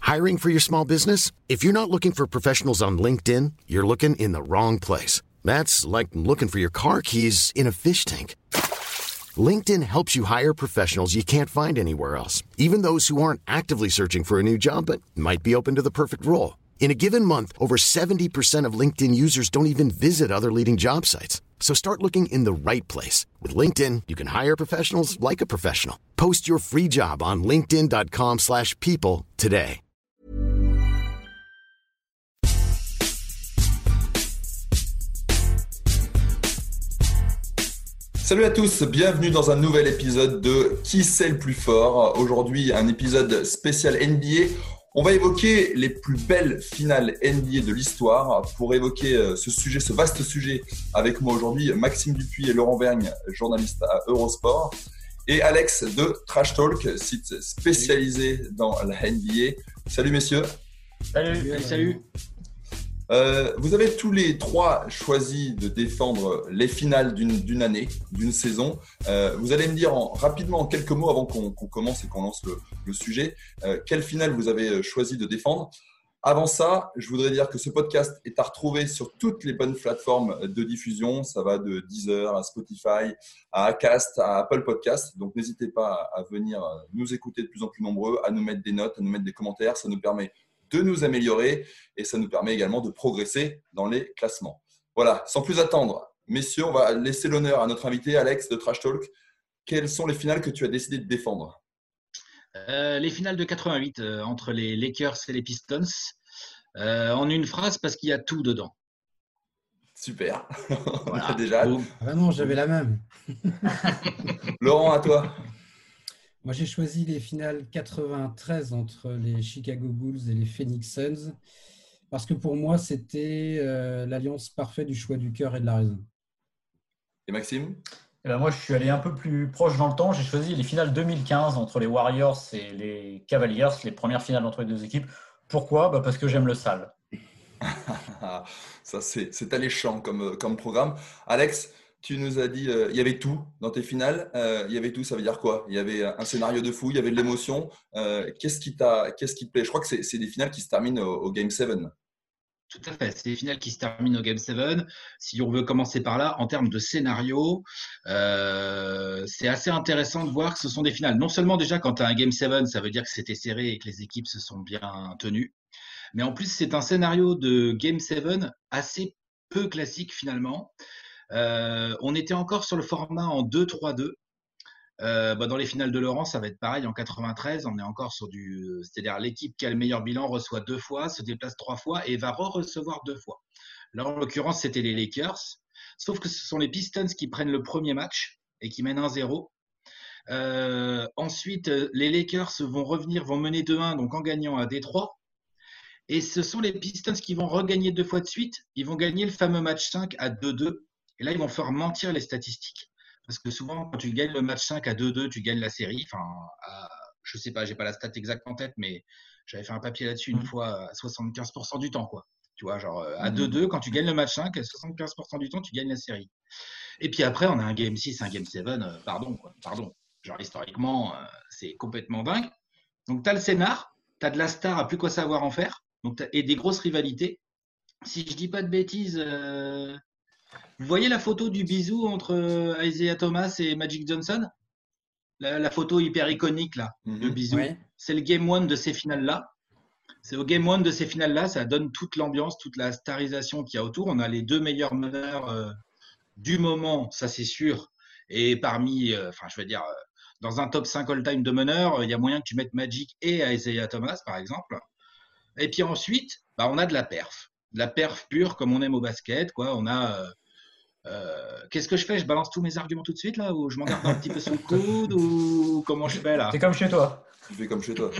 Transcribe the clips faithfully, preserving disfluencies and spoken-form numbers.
Hiring for your small business? If you're not looking for professionals on LinkedIn, you're looking in the wrong place. That's like looking for your car keys in a fish tank. LinkedIn helps you hire professionals you can't find anywhere else, even those who aren't actively searching for a new job but might be open to the perfect role. In a given month, over seventy percent of LinkedIn users don't even visit other leading job sites. So start looking in the right place. With LinkedIn, you can hire professionals like a professional. Post your free job on linkedin.com slash people today. Salut à tous, bienvenue dans un nouvel épisode de Qui c'est le plus fort. Aujourd'hui, un épisode spécial N B A. On va évoquer les plus belles finales N B A de l'histoire. Pour évoquer ce sujet, ce vaste sujet, avec moi aujourd'hui, Maxime Dupuis et Laurent Vergne, journalistes à Eurosport, et Alex de Trash Talk, site spécialisé dans la N B A. Salut messieurs. Salut, salut. salut. Euh, vous avez tous les trois choisi de défendre les finales d'une, d'une année, d'une saison. Euh, vous allez me dire en, rapidement en quelques mots avant qu'on, qu'on commence et qu'on lance le, le sujet, euh, quelle finale vous avez choisi de défendre. Avant ça, je voudrais dire que ce podcast est à retrouver sur toutes les bonnes plateformes de diffusion. Ça va de Deezer à Spotify, à Acast, à Apple Podcast. Donc n'hésitez pas à venir nous écouter de plus en plus nombreux, à nous mettre des notes, à nous mettre des commentaires. Ça nous permet de nous améliorer et ça nous permet également de progresser dans les classements. Voilà, sans plus attendre, messieurs, on va laisser l'honneur à notre invité Alex de Trash Talk. Quelles sont les finales que tu as décidé de défendre ? euh, Les finales de quatre-vingt-huit euh, entre les Lakers et les Pistons. Euh, en une phrase, parce qu'il y a tout dedans. Super. Voilà. Déjà. Vraiment, j'avais la même. Laurent, à toi. Moi, j'ai choisi les finales quatre-vingt-treize entre les Chicago Bulls et les Phoenix Suns parce que pour moi, c'était euh, l'alliance parfaite du choix du cœur et de la raison. Et Maxime ? Eh ben moi, je suis allé un peu plus proche dans le temps. J'ai choisi les finales deux mille quinze entre les Warriors et les Cavaliers, les premières finales entre les deux équipes. Pourquoi ? Bah parce que j'aime le sale. Ça, c'est, c'est alléchant comme, comme programme. Alex ? Tu nous as dit, euh, il y avait tout dans tes finales. Euh, il y avait tout, ça veut dire quoi ? Il y avait un scénario de fou, il y avait de l'émotion. Euh, qu'est-ce qui t'a, qu'est-ce qui te plaît ? Je crois que c'est, c'est des finales qui se terminent au, au Game sept. Tout à fait, c'est des finales qui se terminent au Game sept. Si on veut commencer par là, en termes de scénario, euh, c'est assez intéressant de voir que ce sont des finales. Non seulement déjà, quand tu as un Game sept, ça veut dire que c'était serré et que les équipes se sont bien tenues. Mais en plus, c'est un scénario de Game sept assez peu classique finalement. Euh, on était encore sur le format en deux trois deux. Euh, bah dans les finales de Laurent, ça va être pareil en quatre-vingt-treize. On est encore sur du, c'est-à-dire l'équipe qui a le meilleur bilan reçoit deux fois, se déplace trois fois et va re-recevoir deux fois. Là, en l'occurrence, c'était les Lakers. Sauf que ce sont les Pistons qui prennent le premier match et qui mènent un zéro. Euh, ensuite, les Lakers vont revenir, vont mener deux un, donc en gagnant à Détroit. Et ce sont les Pistons qui vont regagner deux fois de suite. Ils vont gagner le fameux match cinq à deux deux. Et là, ils vont faire mentir les statistiques. Parce que souvent, quand tu gagnes le match cinq à deux deux, tu gagnes la série. Enfin, à, je ne sais pas, je n'ai pas la stat exacte en tête, mais j'avais fait un papier là-dessus une mmh. fois à soixante-quinze pour cent du temps, quoi. Tu vois, genre à deux deux, quand tu gagnes le match cinq, à soixante-quinze pour cent du temps, tu gagnes la série. Et puis après, on a un Game six, un Game sept, euh, pardon, quoi, pardon. Genre, historiquement, euh, c'est complètement dingue. Donc, tu as le scénar, tu as de la star à plus quoi savoir en faire, donc, et des grosses rivalités. Si je ne dis pas de bêtises… Euh, Vous voyez la photo du bisou entre Isaiah Thomas et Magic Johnson ? la, la photo hyper iconique, là, mm-hmm. le bisou. Ouais. C'est le Game one de ces finales-là. C'est au Game one de ces finales-là, ça donne toute l'ambiance, toute la starisation qu'il y a autour. On a les deux meilleurs meneurs euh, du moment, ça c'est sûr. Et parmi, euh, enfin, je veux dire, euh, dans un top cinq all-time de meneurs, il y a moyen que tu mettes Magic et Isaiah Thomas, par exemple. Et puis ensuite, bah, on a de la perf. De la perf pure, comme on aime au basket, quoi. On a… Euh, Euh, qu'est-ce que je fais ? Je balance tous mes arguments tout de suite là, ou je m'en garde un petit peu sous le coude, ou comment je fais là ? C'est comme chez toi. Tu fais comme chez toi.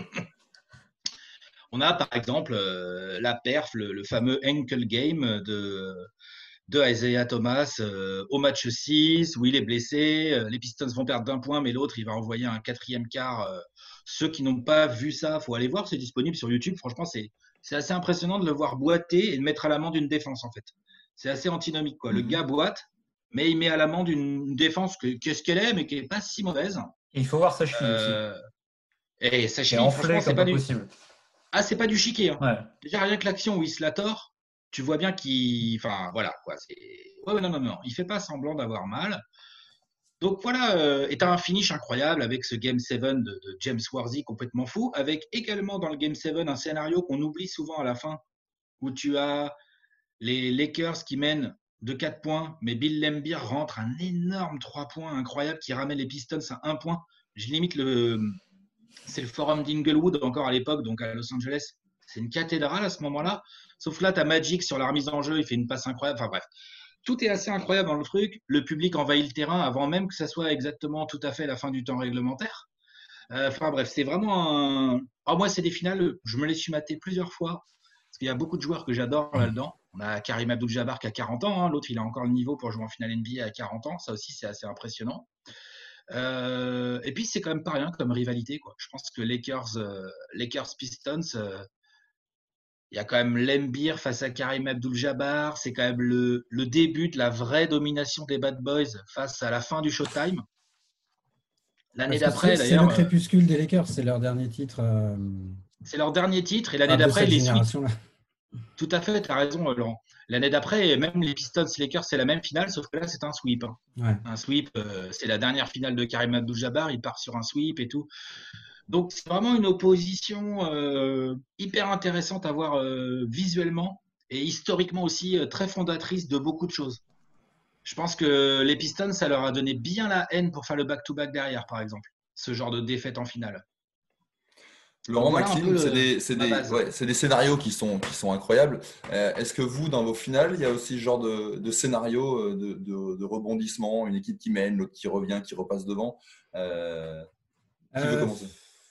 On a par exemple euh, la perf, le, le fameux ankle game de, de Isaiah Thomas euh, au match six, où il est blessé. Euh, les Pistons vont perdre d'un point, mais l'autre il va envoyer un quatrième quart. Euh, ceux qui n'ont pas vu ça, faut aller voir, c'est disponible sur YouTube. Franchement, c'est, c'est assez impressionnant de le voir boiter et de mettre à l'amende une défense en fait. C'est assez antinomique, quoi. Le gars boite, mais il met à l'amende une défense que, qu'est-ce qu'elle est, mais qui n'est pas si mauvaise. Et il faut voir sa cheville euh, aussi. Et sa cheville, enflée franchement, c'est pas, du... possible. Ah, c'est pas du chiquet. Hein. Ouais. Déjà, rien que l'action où il se la tord, tu vois bien qu'il. Enfin, voilà, quoi. C'est... Ouais, ouais, non, non, non. Il fait pas semblant d'avoir mal. Donc voilà, euh, et t'as un finish incroyable avec ce Game sept de, de James Worthy complètement fou, avec également dans le Game sept un scénario qu'on oublie souvent à la fin, où tu as les Lakers qui mènent de quatre points, mais Bill Laimbeer rentre un énorme trois points incroyable qui ramène les Pistons à un point. Je limite le. C'est le forum d'Inglewood encore à l'époque, donc à Los Angeles. C'est une cathédrale à ce moment-là. Sauf que là, tu as Magic sur la remise en jeu, il fait une passe incroyable. Enfin bref, tout est assez incroyable dans le truc. Le public envahit le terrain avant même que ça soit exactement tout à fait la fin du temps réglementaire. Euh, Enfin bref, c'est vraiment un. Alors moi, c'est des finales, je me les suis maté plusieurs fois. Parce qu'il y a beaucoup de joueurs que j'adore là-dedans. On a Karim Abdul-Jabbar qui a quarante ans. Hein. L'autre, il a encore le niveau pour jouer en finale N B A à quarante ans. Ça aussi, c'est assez impressionnant. Euh, et puis, c'est quand même pas rien comme rivalité. Quoi. Je pense que Lakers, euh, Lakers Pistons, euh, il y a quand même Laimbeer face à Karim Abdul-Jabbar. C'est quand même le, le début de la vraie domination des Bad Boys face à la fin du Showtime. L'année Parce que d'après, c'est, c'est le d'ailleurs, euh, crépuscule des Lakers, c'est leur dernier titre euh, c'est leur dernier titre. Et l'année ah, de d'après, cette ils les sweep. génération-là. Tout à fait, tu as raison, Laurent. L'année d'après, même les Pistons Lakers, c'est la même finale, sauf que là, c'est un sweep. Hein. Ouais. Un sweep, euh, c'est la dernière finale de Karim Abdul-Jabbar, il part sur un sweep et tout. Donc, c'est vraiment une opposition euh, hyper intéressante à voir euh, visuellement et historiquement aussi euh, très fondatrice de beaucoup de choses. Je pense que les Pistons, ça leur a donné bien la haine pour faire le back-to-back derrière, par exemple. Ce genre de défaite en finale. Laurent, Donc voilà un peu Maxime, c'est le- des, c'est ma des, base. ouais, c'est des scénarios qui sont, qui sont incroyables. Euh, est-ce que vous, dans vos finales, il y a aussi ce genre de, de scénario euh, de, de, de rebondissement, une équipe qui mène, l'autre qui revient, qui repasse devant euh, Qui veut Euh, commencer?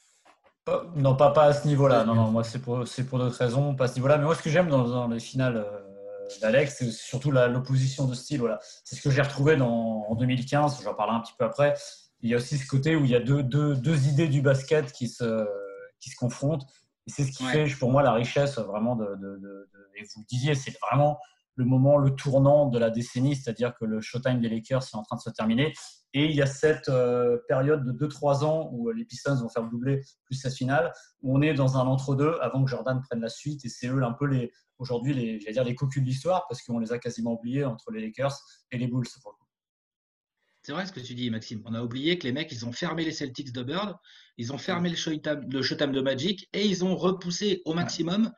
Pas- Non, pas, pas à ce niveau-là. vas-y, Non, non, Mel. moi, c'est pour, c'est pour d'autres raisons, pas à ce niveau-là. Mais moi, ce que j'aime dans, dans les finales euh, d'Alex, c'est surtout la- l'opposition de style. Voilà. C'est ce que j'ai retrouvé dans, en deux mille quinze, j'en parlerai un petit peu après. Il y a aussi ce côté où il y a deux, deux, deux idées du basket qui se, qui se confrontent. Et c'est ce qui Ouais. fait, pour moi, la richesse vraiment de. de, de- de- et vous le disiez, c'est vraiment le moment, le tournant de la décennie, c'est-à-dire que le Showtime des Lakers est en train de se terminer. Et il y a cette euh, période de deux trois ans où les Pistons vont faire le doublé plus cette finale, où on est dans un entre-deux avant que Jordan prenne la suite. Et c'est eux un peu les, aujourd'hui les, j'allais dire les cocus de l'histoire parce qu'on les a quasiment oubliés entre les Lakers et les Bulls. Pour le coup. C'est vrai ce que tu dis, Maxime. On a oublié que les mecs, ils ont fermé les Celtics de Bird, ils ont fermé le Showtime, le Showtime de Magic et ils ont repoussé au maximum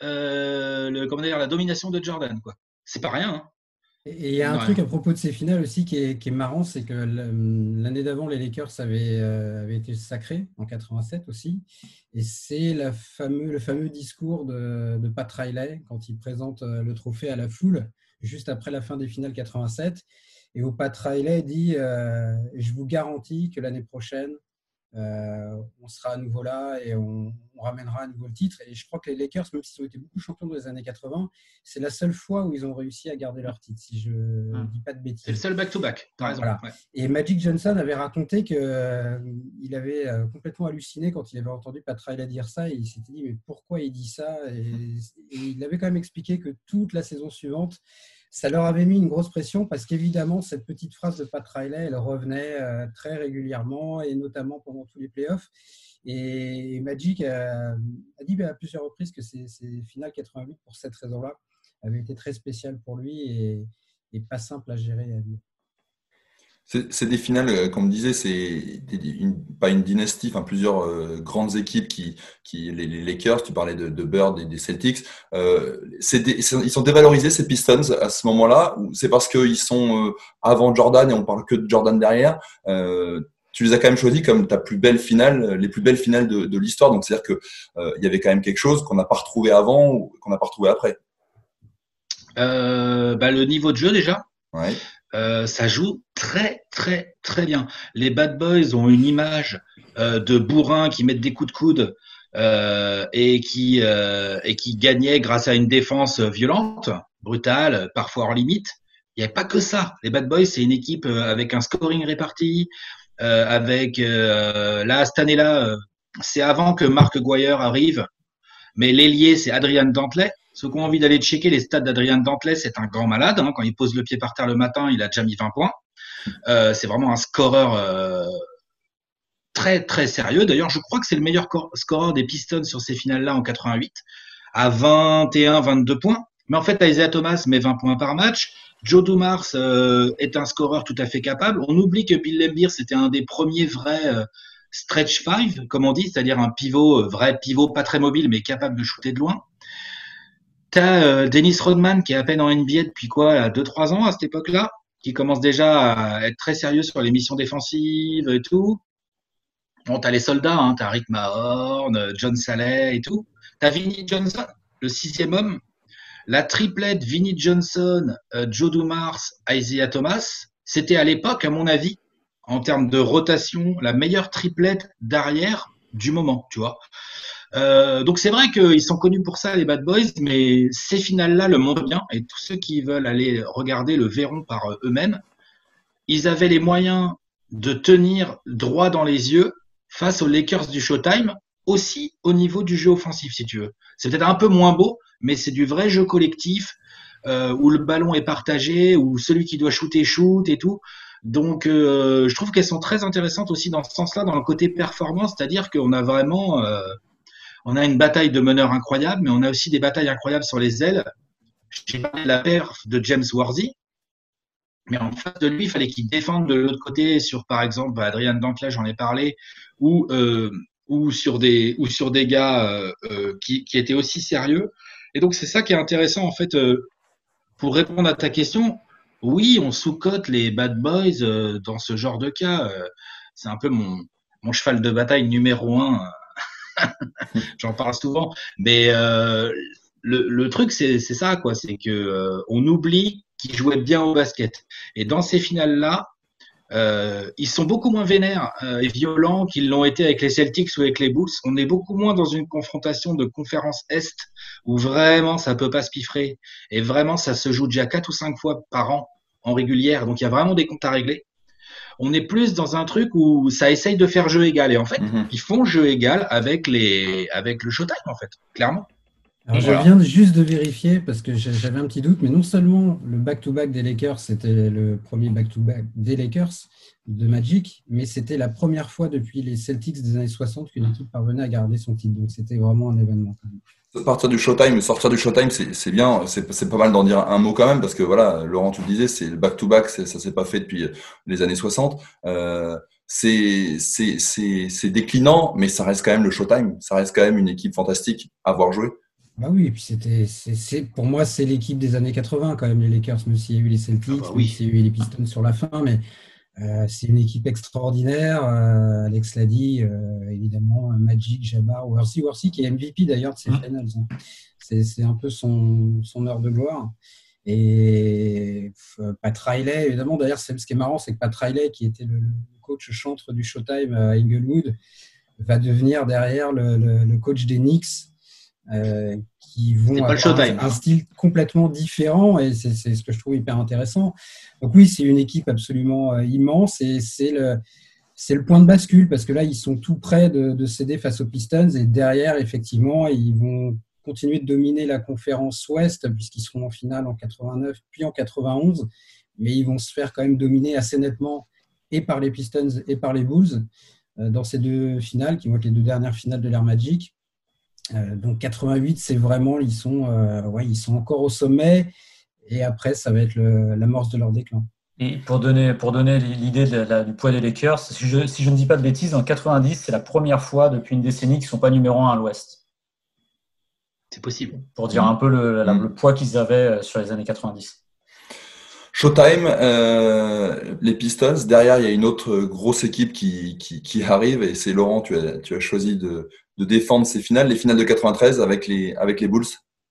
euh, le, comment dire, la domination de Jordan. Quoi. C'est pas rien, hein, Et il y a mine un de truc à rien. propos de ces finales aussi qui est, qui est marrant, c'est que l'année d'avant, les Lakers avaient, euh, avaient été sacrés en quatre-vingt-sept aussi. Et c'est la fameux, le fameux discours de, de Pat Riley quand il présente euh, le trophée à la foule, juste après la fin des finales quatre-vingt-sept. Et où Pat Riley dit euh, je vous garantis que l'année prochaine, euh, on sera à nouveau là et on, on ramènera à nouveau le titre. Et je crois que les Lakers, même s'ils ont été beaucoup champions dans les années quatre-vingts, c'est la seule fois où ils ont réussi à garder leur titre, si je ne dis pas de C'est le bêtises. seul back-to-back, t'as raison. Voilà. Ouais. Et Magic Johnson avait raconté qu'il euh, avait euh, complètement halluciné quand il avait entendu Pat Riley dire ça. Et il s'était dit, mais pourquoi il dit ça et, et il avait quand même expliqué que toute la saison suivante, ça leur avait mis une grosse pression parce qu'évidemment, cette petite phrase de Pat Riley, elle revenait euh, très régulièrement et notamment pendant tous les playoffs. Et Magic a, a dit à plusieurs reprises que ces, ces finales quatre-vingt-huit, pour cette raison-là, avaient été très spéciales pour lui et, et pas simple à gérer à vivre. C'est c'est des finales, euh, comme on disait, c'est des- une- pas une dynastie, enfin plusieurs euh, grandes équipes qui, qui les, les Lakers, tu parlais de, de Bird et des Celtics. Euh, c'est des- c'est- ils sont dévalorisés ces Pistons à ce moment-là, ou c'est parce qu'ils sont euh, avant Jordan et on parle que de Jordan derrière. Euh, tu les as quand même choisis comme ta plus belle finale, les plus belles finales de, de l'histoire. Donc c'est-à-dire que euh, il y avait quand même quelque chose qu'on n'a pas retrouvé avant ou qu'on n'a pas retrouvé après. Euh, bah, le niveau de jeu déjà, Ouais. euh, ça joue très très très bien. Les Bad Boys ont une image euh, de bourrins qui mettent des coups de coude euh, et qui euh, et qui gagnaient grâce à une défense violente, brutale, parfois hors limite. Il n'y avait pas que ça. Les Bad Boys, c'est une équipe euh, avec un scoring réparti, euh, avec euh, là cette année-là, euh, c'est avant que Mark Guire arrive, mais l'ailier c'est Adrian Dantley. Ceux qui ont envie d'aller checker les stats d'Adrian Dantley, c'est un grand malade. Hein. Quand il pose le pied par terre le matin, il a déjà mis vingt points. Euh, c'est vraiment un scoreur euh, très très sérieux. D'ailleurs, je crois que c'est le meilleur cor- scoreur des Pistons sur ces finales-là en quatre-vingt-huit, à vingt et un vingt-deux points. Mais en fait, Isaiah Thomas met vingt points par match. Joe Dumars euh, est un scoreur tout à fait capable. On oublie que Bill Laimbeer, c'était un des premiers vrais euh, stretch five, comme on dit, c'est-à-dire un pivot, euh, vrai pivot, pas très mobile, mais capable de shooter de loin. T'as euh, Dennis Rodman, qui est à peine en N B A depuis quoi, deux trois ans à cette époque-là, qui commence déjà à être très sérieux sur les missions défensives et tout. Bon, t'as les soldats, hein, t'as Rick Mahorn, John Saleh et tout. T'as Vinnie Johnson, le sixième homme. La triplette Vinnie Johnson, euh, Joe Dumars, Isaiah Thomas, c'était à l'époque, à mon avis, en termes de rotation, la meilleure triplette d'arrière du moment, tu vois. Euh, donc c'est vrai qu'ils sont connus pour ça, les Bad Boys, mais ces finales-là le montrent bien, et tous ceux qui veulent aller regarder le verront par eux-mêmes. Ils avaient les moyens de tenir droit dans les yeux face aux Lakers du Showtime, aussi au niveau du jeu offensif, si tu veux. C'est peut-être un peu moins beau, mais c'est du vrai jeu collectif euh, où le ballon est partagé, où celui qui doit shooter shoot et tout. Donc, euh, je trouve qu'elles sont très intéressantes aussi dans ce sens-là, dans le côté performance, c'est-à-dire qu'on a vraiment, euh, on a une bataille de meneurs incroyable, mais on a aussi des batailles incroyables sur les ailes. J'ai parlé de la perf de James Worthy, mais en face de lui, il fallait qu'il défende de l'autre côté sur, par exemple, Adrian Danklage, j'en ai parlé, ou euh, ou sur des ou sur des gars euh, euh, qui, qui étaient aussi sérieux. Et donc c'est ça qui est intéressant en fait. Euh, pour répondre à ta question, oui, on sous-cote les bad boys euh, dans ce genre de cas. Euh, c'est un peu mon mon cheval de bataille numéro un. J'en parle souvent, mais euh, le, le truc c'est c'est ça quoi, c'est que euh, on oublie qu'ils jouaient bien au basket. Et dans ces finales là. Euh, ils sont beaucoup moins vénères euh, et violents qu'ils l'ont été avec les Celtics ou avec les Bulls. On est beaucoup moins dans une confrontation de conférence Est où vraiment ça peut pas se piffrer et vraiment ça se joue déjà quatre ou cinq fois par an en régulière. Donc il y a vraiment des comptes à régler. On est plus dans un truc où ça essaye de faire jeu égal et en fait Mhm. ils font jeu égal avec les avec le Showtime en fait, clairement. Alors, Voilà. je viens de- juste de vérifier parce que j'ai- j'avais un petit doute, mais non seulement le back-to-back des Lakers, c'était le premier back-to-back des Lakers de Magic, mais c'était la première fois depuis les Celtics des années soixante qu'une équipe parvenait à garder son titre. Donc, c'était vraiment un événement, quand même. Partir du Showtime, sortir du Showtime, c'est c'est bien, c'est c'est pas mal d'en dire un mot quand même, parce que voilà, Laurent, tu le disais, c'est le back-to-back, c'est- ça s'est pas fait depuis les années soixante. Euh, c'est c'est- c'est- c'est déclinant, mais ça reste quand même le Showtime, ça reste quand même une équipe fantastique à voir jouer. Bah oui, et puis c'était, c'est, c'est- pour moi, c'est l'équipe des années quatre-vingts quand même, les Lakers, même s'il y a eu les Celtics, Ah bah même oui. s'il y a eu les Pistons sur la fin, mais euh, c'est une équipe extraordinaire. Euh, Alex l'a dit, euh, évidemment, Magic, Jabbar, Worthy, Worthy qui est M V P d'ailleurs de ces Mhm. finals. Hein. C'est, c'est un peu son, son heure de gloire. Et euh, Pat Riley, évidemment, d'ailleurs, c'est, ce qui est marrant, c'est que Pat Riley, qui était le, le coach chantre du Showtime à Inglewood, va devenir derrière le, le- le coach des Knicks. Euh, qui vont C'est pas le avoir Showtime. un, un style complètement différent et c'est, c'est ce que je trouve hyper intéressant. Donc oui, c'est une équipe absolument euh, immense et c'est le, c'est le point de bascule parce que là, ils sont tout près de, de céder face aux Pistons et derrière, effectivement, ils vont continuer de dominer la conférence Ouest puisqu'ils seront en finale en quatre-vingt-neuf puis en quatre-vingt-onze, mais ils vont se faire quand même dominer assez nettement et par les Pistons et par les Bulls euh, dans ces deux finales qui vont être les deux dernières finales de l'ère Magic. Euh, donc quatre-vingt-huit, c'est vraiment, ils sont, euh, ouais, ils sont encore au sommet et après, ça va être le, l'amorce de leur déclin. Et pour donner, pour donner l'idée de la- du poids des Lakers, si je, si je ne dis pas de bêtises, en quatre-vingt-dix, c'est la première fois depuis une décennie qu'ils ne sont pas numéro un à l'Ouest. C'est possible. Pour dire un peu le, la- Mm. le poids qu'ils avaient sur les années quatre-vingt-dix. Showtime, euh, les Pistons. Derrière, il y a une autre grosse équipe qui, qui, qui arrive et c'est Laurent, tu as, tu as choisi de, de défendre ces finales, les finales de quatre-vingt-treize avec les, avec les Bulls.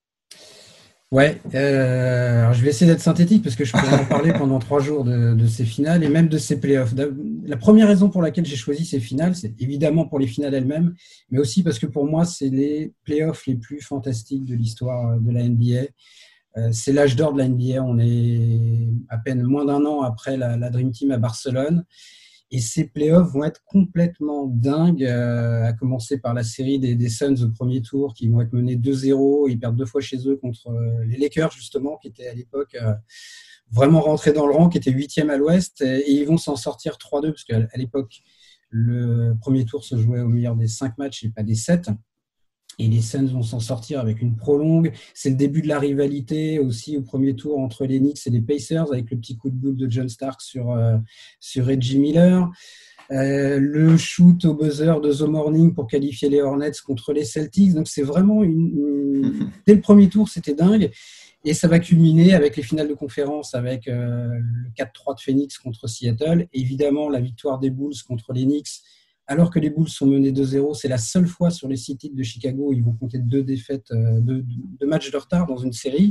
Ouais, euh, alors je vais essayer d'être synthétique parce que je pourrais en parler pendant trois jours de, de ces finales et même de ces playoffs. La première raison pour laquelle j'ai choisi ces finales, c'est évidemment pour les finales elles-mêmes, mais aussi parce que pour moi, c'est les playoffs les plus fantastiques de l'histoire de la N B A. Euh, c'est l'âge d'or de la N B A. On est à peine moins d'un an après la, la Dream Team à Barcelone. Et ces playoffs vont être complètement dingues, euh, à commencer par la série des, des Suns au premier tour, qui vont être menés deux zéro. Ils perdent deux fois chez eux contre euh, les Lakers, justement, qui étaient à l'époque euh, vraiment rentrés dans le rang, qui étaient huitième à l'Ouest. Et, et ils vont s'en sortir trois deux, parce qu'à à l'époque, Le premier tour se jouait au meilleur des cinq matchs et pas des sept. Et les Suns vont s'en sortir avec une prolongue. C'est le début de la rivalité aussi au premier tour entre les Knicks et les Pacers avec le petit coup de boule de John Stark sur, euh, sur Reggie Miller. Euh, le shoot au buzzer de The Morning pour qualifier les Hornets contre les Celtics. Donc c'est vraiment une, une... Dès le premier tour, c'était dingue. Et ça va culminer avec les finales de conférence avec euh, le quatre trois de Phoenix contre Seattle. Et évidemment, la victoire des Bulls contre les Knicks. Alors que les Bulls sont menés deux zéro, c'est la seule fois sur les six titres de Chicago où ils vont compter deux défaites, euh, deux, deux matchs de retard dans une série.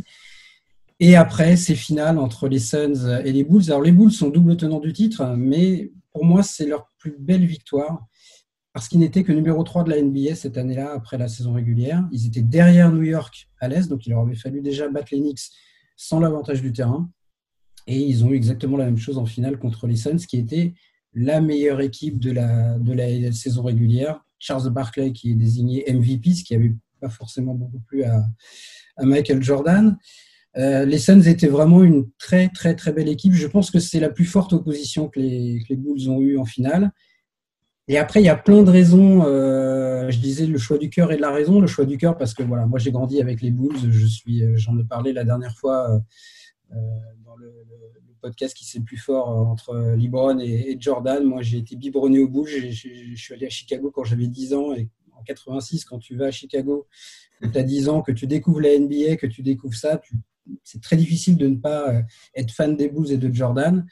Et après, ces finales entre les Suns et les Bulls. Alors les Bulls sont double tenants du titre, mais pour moi, c'est leur plus belle victoire parce qu'ils n'étaient que numéro trois de la N B A cette année-là, après la saison régulière. Ils étaient derrière New York à l'Est, donc il leur avait fallu déjà battre les Knicks sans l'avantage du terrain. Et ils ont eu exactement la même chose en finale contre les Suns, qui était la meilleure équipe de la, de la saison régulière. Charles Barkley, qui est désigné M V P, ce qui n'avait pas forcément beaucoup plu à, à Michael Jordan. Euh, les Suns étaient vraiment une très, très, très belle équipe. Je pense que c'est la plus forte opposition que les, que les Bulls ont eue en finale. Et après, il y a plein de raisons. Euh, je disais le choix du cœur et de la raison. Le choix du cœur, parce que voilà, moi, j'ai grandi avec les Bulls. Je suis, j'en ai parlé la dernière fois euh, dans le, le podcast qui c'est le plus fort entre LeBron et, et Jordan. Moi, j'ai été biberonné aux Bulls. Je, je, je suis allé à Chicago quand j'avais dix ans. Et en quatre-vingt-six, quand tu vas à Chicago, que tu as dix ans, que tu découvres la N B A, que tu découvres ça, tu, c'est très difficile de ne pas être fan des Bulls et de Jordan.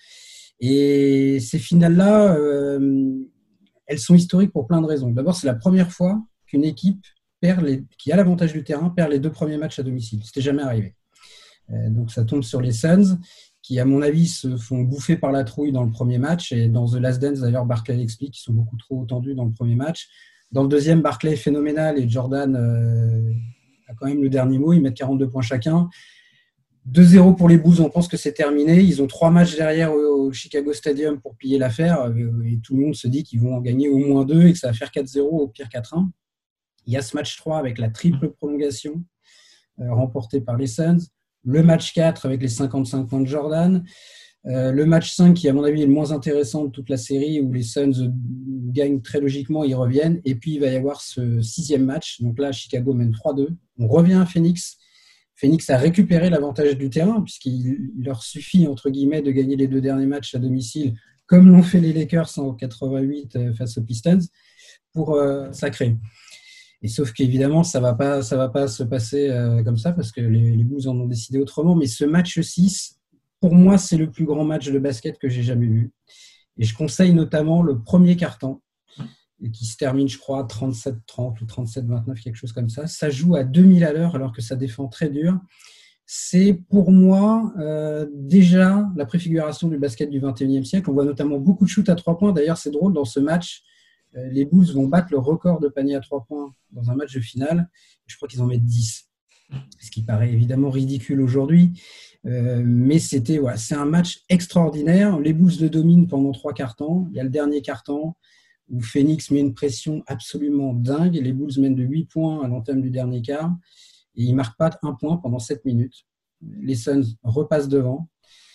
Et ces finales-là, euh, elles sont historiques pour plein de raisons. D'abord, c'est la première fois qu'une équipe perd les, qui a l'avantage du terrain perd les deux premiers matchs à domicile. C'était jamais arrivé. Euh, donc, ça tombe sur les Suns, qui, à mon avis, se font bouffer par la trouille dans le premier match. Et dans The Last Dance, d'ailleurs, Barkley l'explique, qu'ils sont beaucoup trop tendus dans le premier match. Dans le deuxième, Barkley est phénoménal et Jordan euh, a quand même le dernier mot. Ils mettent quarante-deux points chacun. deux zéro pour les Bulls, on pense que c'est terminé. Ils ont trois matchs derrière au Chicago Stadium pour plier l'affaire. Et tout le monde se dit qu'ils vont en gagner au moins deux et que ça va faire quatre zéro, au pire quatre un. Il y a ce match trois avec la triple prolongation euh, remportée par les Suns. Le match quatre avec les cinquante-cinq points de Jordan. Euh, le match cinq qui, à mon avis, est le moins intéressant de toute la série où les Suns gagnent très logiquement, ils reviennent. Et puis, il va y avoir ce sixième match. Donc là, Chicago mène trois deux. On revient à Phoenix. Phoenix a récupéré l'avantage du terrain puisqu'il leur suffit, entre guillemets, de gagner les deux derniers matchs à domicile, comme l'ont fait les Lakers en quatre-vingt-huit face aux Pistons, pour euh, sacrer. Et sauf qu'évidemment, ça ne va pas, ça va pas se passer euh, comme ça parce que les, les Bulls en ont décidé autrement. Mais ce match six, pour moi, c'est le plus grand match de basket que j'ai jamais vu. Et je conseille notamment le premier quart-temps, qui se termine, je crois, trente-sept trente ou trente-sept vingt-neuf, quelque chose comme ça. Ça joue à deux mille à l'heure alors que ça défend très dur. C'est pour moi euh, déjà la préfiguration du basket du vingt et unième siècle. On voit notamment beaucoup de shoots à trois points. D'ailleurs, c'est drôle, dans ce match, euh, les Bulls vont battre le record de panier à trois points dans un match de finale. Je crois qu'ils en mettent dix, ce qui paraît évidemment ridicule aujourd'hui. Euh, mais c'était, voilà, c'est un match extraordinaire. Les Bulls le dominent pendant trois quarts-temps. Il y a le dernier quart-temps où Phoenix met une pression absolument dingue. Les Bulls mènent de huit points à l'entame du dernier quart et ils ne marquent pas un point pendant sept minutes. Les Suns repassent devant.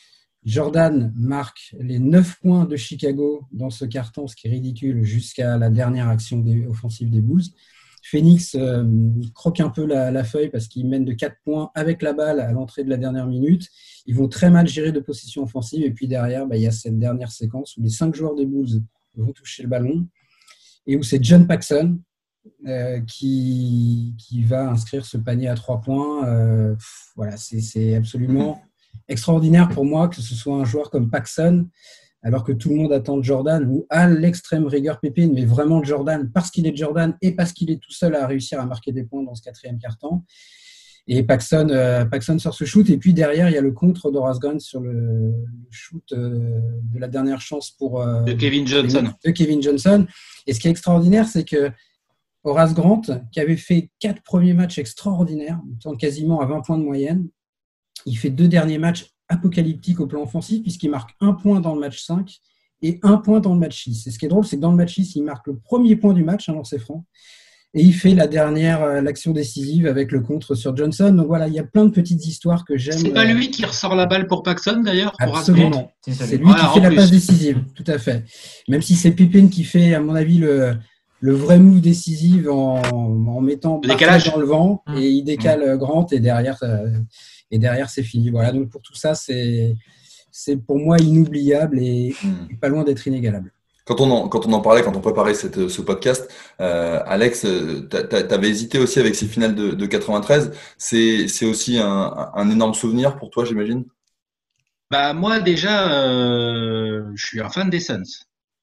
Jordan marque les neuf points de Chicago dans ce quart-temps, ce qui est ridicule, jusqu'à la dernière action des, offensive des Bulls. Phoenix euh, croque un peu la, la feuille parce qu'ils mènent de quatre points avec la balle à l'entrée de la dernière minute. Ils vont très mal gérer de possession offensive. Et puis derrière, bah, il y a cette dernière séquence où les cinq joueurs des Bulls vont toucher le ballon et où c'est John Paxson euh, qui, qui va inscrire ce panier à trois points. Euh, pff, voilà, c'est, c'est absolument extraordinaire pour moi que ce soit un joueur comme Paxson, alors que tout le monde attend Jordan, ou à l'extrême rigueur Pépine, mais vraiment Jordan, parce qu'il est Jordan et parce qu'il est tout seul à réussir à marquer des points dans ce quatrième quart-temps. Et Paxson, euh, Paxson sort ce shoot, et puis derrière, il y a le contre d'Horace Grant sur le, le shoot euh, de la dernière chance pour, euh, de Kevin Johnson. De Kevin Johnson. Et ce qui est extraordinaire, c'est que Horace Grant, qui avait fait quatre premiers matchs extraordinaires, quasiment à vingt points de moyenne, il fait deux derniers matchs apocalyptiques au plan offensif, puisqu'il marque un point dans le match cinq et un point dans le match six. Et ce qui est drôle, c'est que dans le match six, il marque le premier point du match, un lancer franc. Et il fait la dernière, euh, l'action décisive avec le contre sur Johnson. Donc voilà, il y a plein de petites histoires que j'aime. C'est pas lui qui ressort la balle pour Paxson d'ailleurs pour Absolument. C'est C'est lui voilà, qui fait la plus. passe décisive, tout à fait. Même si c'est Pippen qui fait, à mon avis, le, le vrai move décisif en, en mettant Le décalage dans le vent mmh. et il décale mmh. Grant et derrière, et derrière c'est fini. Voilà, donc pour tout ça, c'est, c'est pour moi inoubliable et, mmh. et pas loin d'être inégalable. Quand on, en, quand on en parlait, quand on préparait cette, ce podcast, euh, Alex, tu avais hésité aussi avec ces finales de, de quatre-vingt-treize. C'est, c'est aussi un, un énorme souvenir pour toi, j'imagine? Bah moi déjà, euh, je suis un fan des Suns.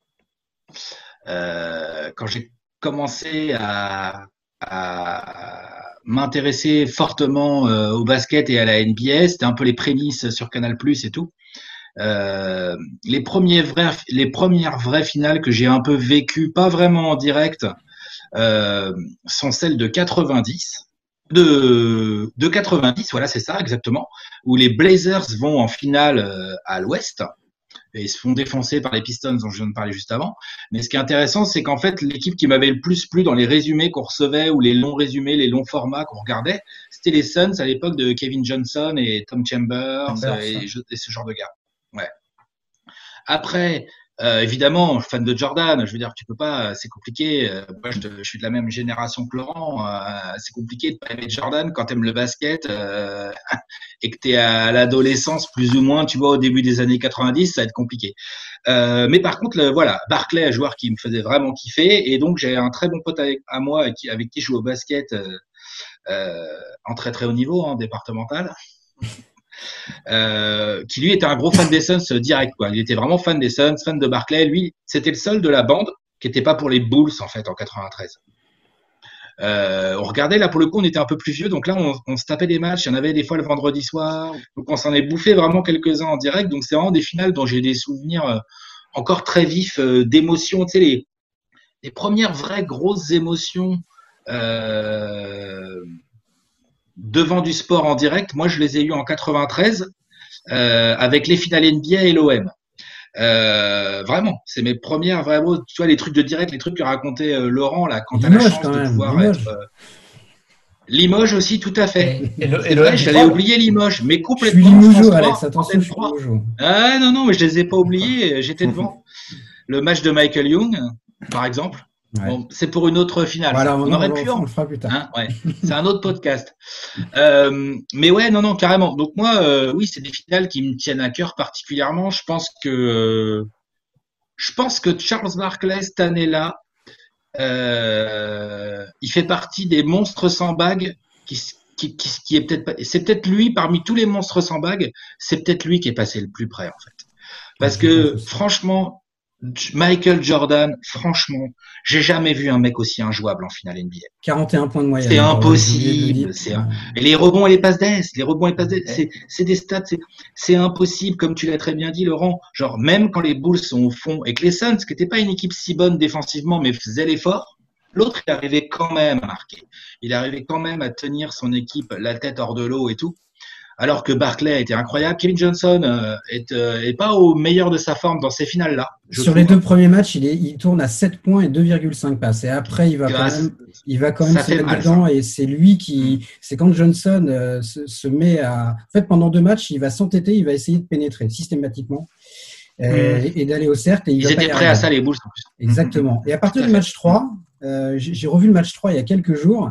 Euh, quand j'ai commencé à, à m'intéresser fortement euh, au basket et à la N B A, c'était un peu les prémices sur Canal plus et tout. Euh, les, premiers vrais, les premières vraies finales que j'ai un peu vécues, pas vraiment en direct, euh, sont celles de quatre-vingt-dix. De, de quatre-vingt-dix, voilà, c'est ça exactement, où les Blazers vont en finale euh, à l'Ouest et se font défoncer par les Pistons dont je viens de parler juste avant. Mais ce qui est intéressant, c'est qu'en fait, l'équipe qui m'avait le plus plu dans les résumés qu'on recevait ou les longs résumés, les longs formats qu'on regardait, c'était les Suns à l'époque de Kevin Johnson et Tom Chambers, Chambers et, et ce genre de gars. Ouais. Après, euh, évidemment, fan de Jordan, je veux dire, tu peux pas, c'est compliqué. Moi, je, je suis de la même génération que Laurent. Euh, c'est compliqué de pas aimer Jordan quand t'aimes le basket euh, et que t'es à l'adolescence plus ou moins, tu vois, au début des années quatre-vingt-dix, ça va être compliqué. Euh, mais par contre, le, voilà, Barkley, un joueur qui me faisait vraiment kiffer, et donc j'ai un très bon pote avec à moi avec qui, avec qui je joue au basket euh, euh, en très très haut niveau, en hein, départemental. Euh, qui lui était un gros fan des Suns direct, quoi. Il était vraiment fan des Suns, fan de Barkley. Lui, c'était le seul de la bande qui n'était pas pour les Bulls en fait en quatre-vingt-treize. Euh, on regardait là pour le coup, on était un peu plus vieux, donc là on, on se tapait des matchs. Il y en avait des fois le vendredi soir, donc on s'en est bouffé vraiment quelques-uns en direct. Donc c'est vraiment des finales dont j'ai des souvenirs euh, encore très vifs euh, d'émotions. Tu sais les, les premières vraies grosses émotions. Euh, devant du sport en direct, moi je les ai eus en quatre-vingt-treize euh, avec les finales N B A et l'O M. Euh, vraiment, c'est mes premières vraiment, tu vois les trucs de direct, les trucs que racontait euh, Laurent là quand tu as la chance de pouvoir Limoges. être euh, Limoges aussi, tout à fait. Et le, c'est et vrai, j'allais oublier Limoges, mais complètement. Je suis Limoges, Alex, attention, je suis Limoges. Ah non non, mais je les ai pas oubliés, j'étais devant. Le match de Michael Young, par exemple. Ouais. Bon, c'est pour une autre finale. Voilà, on, on aurait on pu on, on le fera plus tard. Hein, ouais. C'est un autre podcast. Euh, mais ouais, non, non, carrément. Donc moi, euh, oui, c'est des finales qui me tiennent à cœur particulièrement. Je pense que, euh, je pense que Charles Barkley cette année-là, euh, il fait partie des monstres sans bague qui, qui, qui, qui est peut-être pas. C'est peut-être lui parmi tous les monstres sans bague. C'est peut-être lui qui est passé le plus près en fait. Parce que franchement. Michael Jordan, franchement, j'ai jamais vu un mec aussi injouable en finale N B A. quarante et un points de moyenne. C'est impossible. C'est un... Et les rebonds et les passes d'ess, les rebonds et les passes d'ess, c'est, c'est des stats, c'est, c'est impossible, comme tu l'as très bien dit, Laurent. Genre, même quand les Bulls sont au fond et que les Suns, qui n'étaient pas une équipe si bonne défensivement, mais faisaient l'effort, l'autre, il arrivait quand même à marquer. Il arrivait quand même à tenir son équipe la tête hors de l'eau et tout. Alors que Barkley était incroyable. Kevin Johnson euh, est, euh, est pas au meilleur de sa forme dans ces finales-là. Sur trouve. les deux premiers matchs, il, est, il tourne à sept points et deux virgule cinq passes. Et après, il va quand même, il va quand même se mettre mal, dedans. Ça. Et c'est lui qui, c'est quand Johnson euh, se, se met à, en fait, pendant deux matchs, il va s'entêter, il va essayer de pénétrer systématiquement euh, mmh. et, et d'aller au cercle. Et il Ils va étaient prêts à ça, les Bulls. En plus. Exactement. Et à partir du match trois, euh, j'ai, j'ai revu le match trois il y a quelques jours.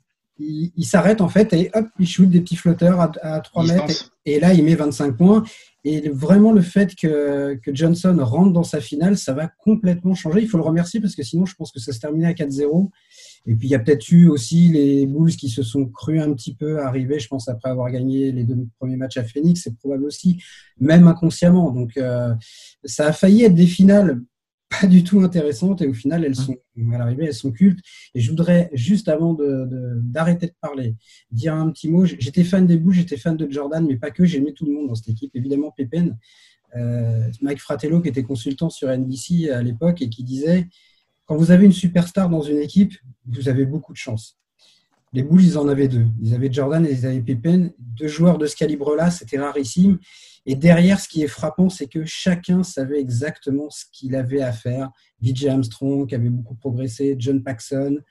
Il, il s'arrête en fait et hop, il shoot des petits flotteurs à, à trois mètres et, et là il met vingt-cinq points et vraiment le fait que, que Johnson rentre dans sa finale, ça va complètement changer. Il faut le remercier parce que sinon je pense que ça se terminait à quatre zéro et puis il y a peut-être eu aussi les Bulls qui se sont crus un petit peu arriver, je pense après avoir gagné les deux premiers matchs à Phoenix, c'est probable aussi, même inconsciemment. Donc euh, ça a failli être des finales pas du tout intéressantes et au final elles sont à l'arrivée elles sont cultes. Et je voudrais juste avant de, de, d'arrêter de parler dire un petit mot. J'étais fan des Bulls, j'étais fan de Jordan, mais pas que, j'aimais tout le monde dans cette équipe, évidemment Pippen, euh, Mike Fratello qui était consultant sur N B C à l'époque et qui disait quand vous avez une superstar dans une équipe vous avez beaucoup de chance. Les Bulls ils en avaient deux, ils avaient Jordan et ils avaient Pippen, deux joueurs de ce calibre là, c'était rarissime. Et derrière, ce qui est frappant, c'est que chacun savait exactement ce qu'il avait à faire. Vijay Armstrong, qui avait beaucoup progressé, John Paxson,